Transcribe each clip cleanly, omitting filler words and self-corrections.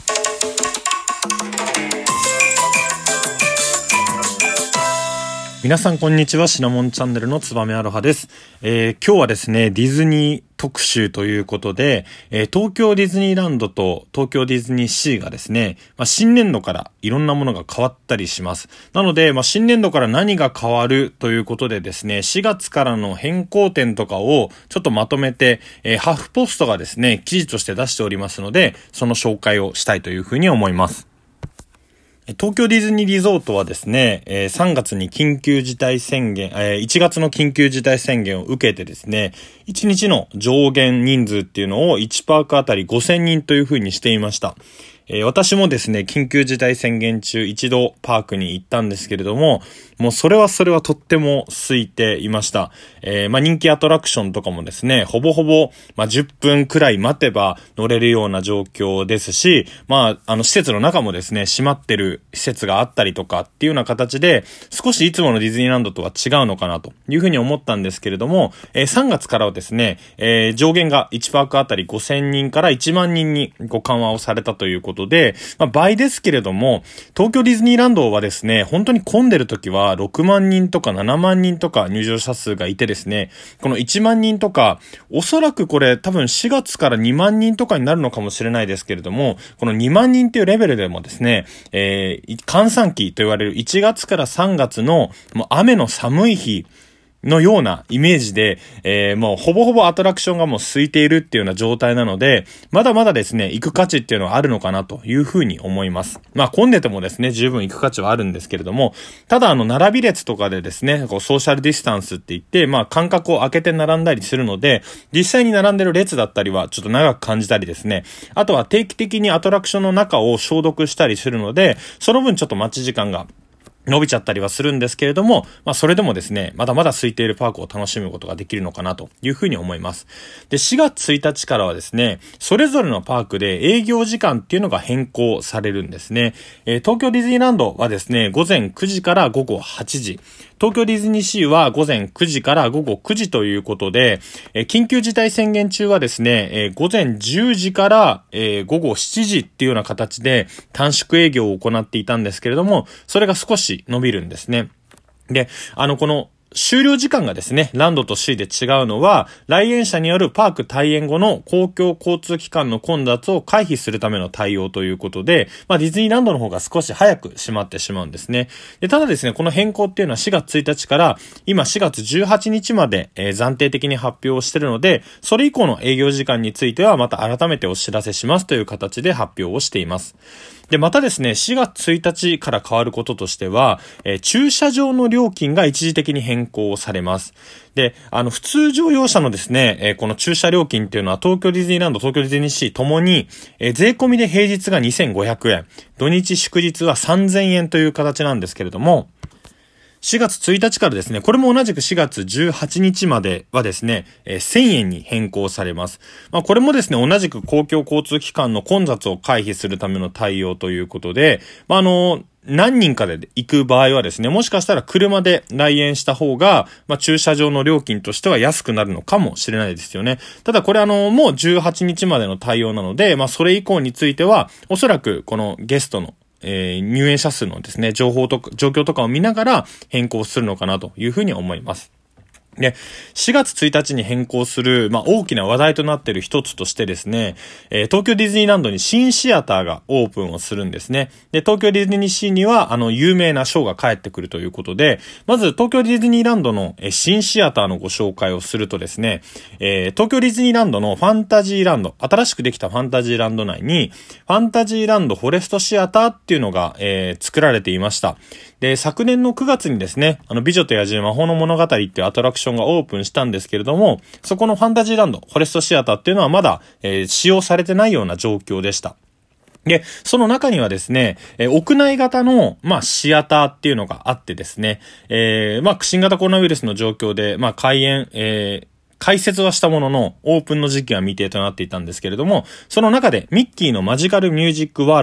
皆さんこんにちは。シナモンチャンネルのつばめアロハです。今日はですね、ディズニー特集ということで、東京ディズニーランドと東京ディズニーシーがですね、新年度からいろんなものが変わったりします。なので、新年度から何が変わるということでですね、4月からの変更点とかをちょっとまとめて、ハフポストがですね、記事として出しておりますので、その紹介をしたいというふうに思います。東京ディズニーリゾートはですね、3月に緊急事態宣言、1月の緊急事態宣言を受けてですね、1日の上限人数っていうのを1パークあたり5000人というふうにしていました。私もですね、緊急事態宣言中一度パークに行ったんですけれども、もうそれはとっても空いていました。人気アトラクションとかもですね、ほぼほぼ、10分くらい待てば乗れるような状況ですし、施設の中もですね、閉まってる施設があったりとかっていうような形で、少しいつものディズニーランドとは違うのかなというふうに思ったんですけれども、3月からはですね、上限が1パークあたり5000人から1万人に緩和をされたということで、倍ですけれども、東京ディズニーランドはですね、本当に混んでる時は6万人とか7万人とか入場者数がいてですね、この1万人とか、おそらくこれ多分4月から2万人とかになるのかもしれないですけれども、この2万人っていうレベルでもですね、閑散期と言われる1月から3月のもう雨の寒い日のようなイメージで、もうほぼほぼアトラクションがもう空いているっていうような状態なので、まだまだですね、行く価値っていうのはあるのかなというふうに思います。混んでてもですね、十分行く価値はあるんですけれども、ただ並び列とかでですね、ソーシャルディスタンスって言って、間隔を空けて並んだりするので、実際に並んでる列だったりはちょっと長く感じたりですね、あとは定期的にアトラクションの中を消毒したりするので、その分ちょっと待ち時間が伸びちゃったりはするんですけれども、それでもですね、まだまだ空いているパークを楽しむことができるのかなというふうに思います。で、4月1日からはですね、それぞれのパークで営業時間っていうのが変更されるんですね。東京ディズニーランドはですね、午前9時から午後8時。東京ディズニーシーは午前9時から午後9時ということで、緊急事態宣言中はですね、午前10時から、午後7時っていうような形で短縮営業を行っていたんですけれども、それが少し伸びるんですね。で、この終了時間がですね、ランドとシーで違うのは、来園者によるパーク退園後の公共交通機関の混雑を回避するための対応ということで、ディズニーランドの方が少し早く閉まってしまうんですね。で、ただですね、この変更っていうのは4月1日から今4月18日まで、暫定的に発表をしているので、それ以降の営業時間についてはまた改めてお知らせしますという形で発表をしています。で、またですね、4月1日から変わることとしては、駐車場の料金が一時的に変更されます。で、普通乗用車のですね、この駐車料金っていうのは東京ディズニーランド、東京ディズニーシーともに、税込みで平日が2500円、土日祝日は3000円という形なんですけれども、4月1日からですね、これも同じく4月18日まではですね、1000円に変更されます。これもですね、同じく公共交通機関の混雑を回避するための対応ということで、何人かで行く場合はですね、もしかしたら車で来園した方が、駐車場の料金としては安くなるのかもしれないですよね。ただこれもう18日までの対応なので、それ以降については、おそらくこのゲストの入園者数のですね、状況とかを見ながら変更するのかなというふうに思います。で、4月1日に変更する、大きな話題となっている一つとしてですね、東京ディズニーランドに新シアターがオープンをするんですね。で、東京ディズニーシーには、有名なショーが帰ってくるということで、まず東京ディズニーランドの新シアターのご紹介をするとですね、東京ディズニーランドのファンタジーランド、新しくできたファンタジーランド内に、ファンタジーランドフォレストシアターっていうのが、作られていました。で、昨年の9月にですね、美女と野獣魔法の物語っていうアトラクションがオープンしたんですけれども、そこのファンタジーランド、フォレストシアターっていうのはまだ、使用されてないような状況でした。で、その中にはですね、屋内型の、シアターっていうのがあってですね、新型コロナウイルスの状況で、開設はしたものの、オープンの時期は未定となっていたんですけれども、その中でミッキーのマジカルミュージックワールド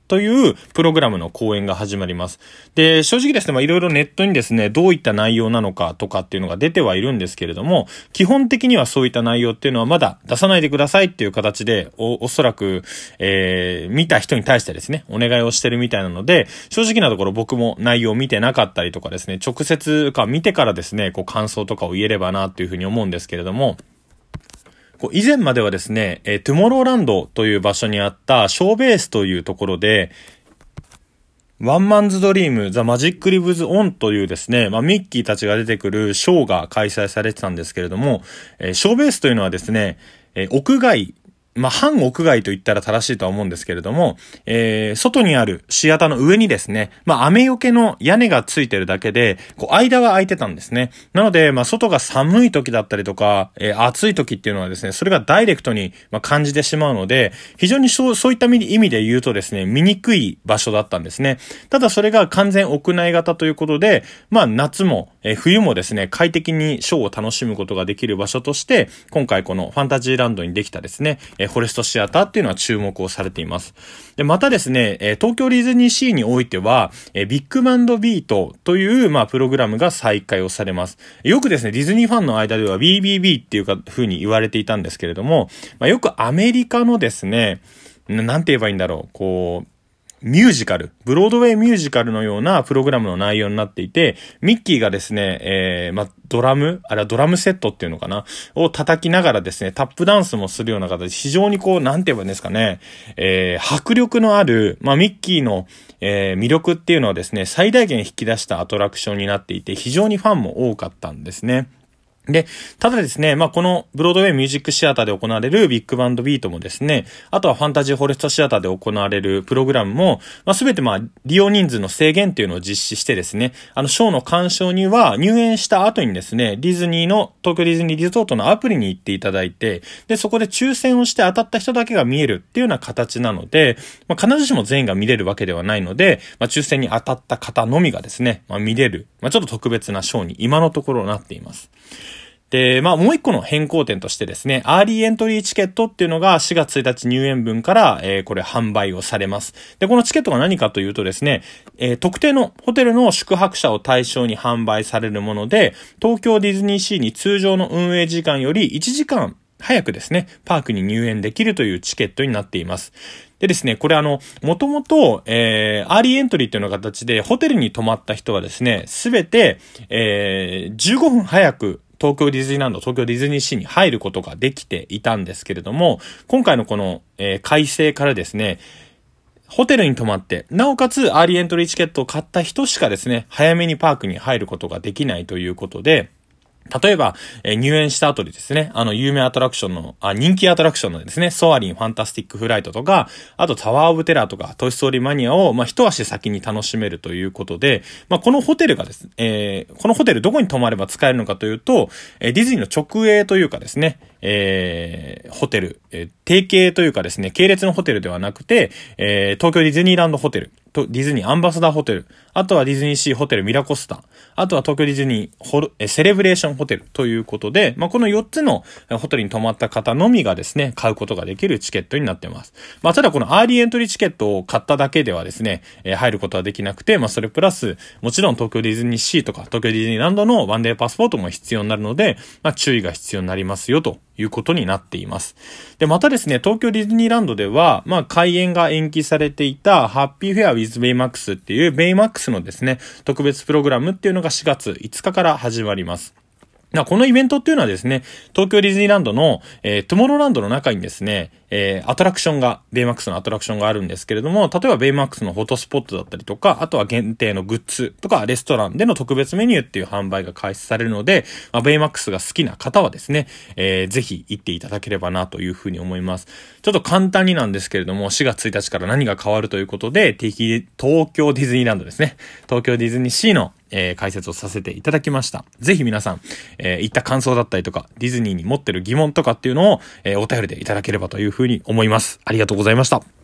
というプログラムの講演が始まります。で、正直ですね、いろいろネットにですね、どういった内容なのかとかっていうのが出てはいるんですけれども、基本的にはそういった内容っていうのはまだ出さないでくださいっていう形で、おそらく、見た人に対してですね、お願いをしてるみたいなので、正直なところ僕も内容を見てなかったりとかですね、直接見てからですね、感想とかを言えればなっていうふうに思うんですけれども、以前まではですね、トゥモローランドという場所にあったショーベースというところで、ワンマンズドリーム、ザ・マジック・リブズ・オンというですね、ミッキーたちが出てくるショーが開催されてたんですけれども、ショーベースというのはですね、屋外、半屋外と言ったら正しいとは思うんですけれども、外にあるシアターの上にですね、雨よけの屋根がついてるだけで、間は空いてたんですね。なので、外が寒い時だったりとか、暑い時っていうのはですね、それがダイレクトに感じてしまうので、非常にそういった意味で言うとですね、見にくい場所だったんですね。ただそれが完全屋内型ということで、夏も、冬もですね、快適にショーを楽しむことができる場所として、今回このファンタジーランドにできたですね、フォレストシアターっていうのは注目をされています。で、またですね、東京ディズニーシーにおいては、ビッグバンドビートという、プログラムが再開をされます。よくですね、ディズニーファンの間では BBB っていう風に言われていたんですけれども、よくアメリカのですね、なんて言えばいいんだろう、ミュージカル、ブロードウェイミュージカルのようなプログラムの内容になっていて、ミッキーがですね、ドラムセットっていうのかなを叩きながらですね、タップダンスもするような形で、非常になんて言えばいいんですかね、迫力のある、ミッキーの、魅力っていうのはですね、最大限引き出したアトラクションになっていて、非常にファンも多かったんですね。で、ただですね、このブロードウェイミュージックシアターで行われるビッグバンドビートもですね、あとはファンタジーフォレストシアターで行われるプログラムも、すべて利用人数の制限っていうのを実施してですね、ショーの鑑賞には入園した後にですね、東京ディズニーリゾートのアプリに行っていただいて、で、そこで抽選をして当たった人だけが見えるっていうような形なので、必ずしも全員が見れるわけではないので、抽選に当たった方のみがですね、見れる、ちょっと特別なショーに今のところなっています。で、もう一個の変更点としてですね、アーリーエントリーチケットっていうのが4月1日入園分から、これ販売をされます。で、このチケットが何かというとですね、特定のホテルの宿泊者を対象に販売されるもので、東京ディズニーシーに通常の運営時間より1時間早くですね、パークに入園できるというチケットになっています。でですね、これもともと、アーリーエントリーというような形で、ホテルに泊まった人はですね、すべて、15分早く、東京ディズニーランド、東京ディズニーシーに入ることができていたんですけれども、今回のこの、改正からですね、ホテルに泊まって、なおかつアーリーエントリーチケットを買った人しかですね、早めにパークに入ることができないということで、例えば、入園した後でですね、有名アトラクションの、人気アトラクションのですね、ソアリンファンタスティックフライトとか、あとタワーオブテラーとか、トイストーリーマニアを、一足先に楽しめるということで、このホテルがですね、このホテルどこに泊まれば使えるのかというと、ディズニーの直営というかですね、ホテル、提携というかですね、系列のホテルではなくて、東京ディズニーランドホテル、ディズニーアンバサダーホテル、あとはディズニーシーホテルミラコスタ、あとは東京ディズニーセレブレーションホテルということで、この4つのホテルに泊まった方のみがですね、買うことができるチケットになっています。ただこのアーリーエントリーチケットを買っただけではですね、入ることはできなくて、それプラス、もちろん東京ディズニーシーとか東京ディズニーランドのワンデーパスポートも必要になるので、注意が必要になりますよということになっています。で、またですね、東京ディズニーランドでは、開園が延期されていたハッピーフェアウィズベイマックスっていうベイマックスのですね、特別プログラムっていうのが4月5日から始まります。このイベントっていうのはですね、東京ディズニーランドの、トゥモローランドの中にですね、アトラクションが、ベイマックスのアトラクションがあるんですけれども、例えばベイマックスのフォトスポットだったりとか、あとは限定のグッズとか、レストランでの特別メニューっていう販売が開始されるので、ベイマックスが好きな方はですね、ぜひ行っていただければなというふうに思います。ちょっと簡単になんですけれども、4月1日から何が変わるということで、東京ディズニーランドですね。東京ディズニーシーの解説をさせていただきました。ぜひ皆さん、行った感想だったりとか、ディズニーに持ってる疑問とかっていうのを、お便りでいただければというふうに思います。ありがとうございました。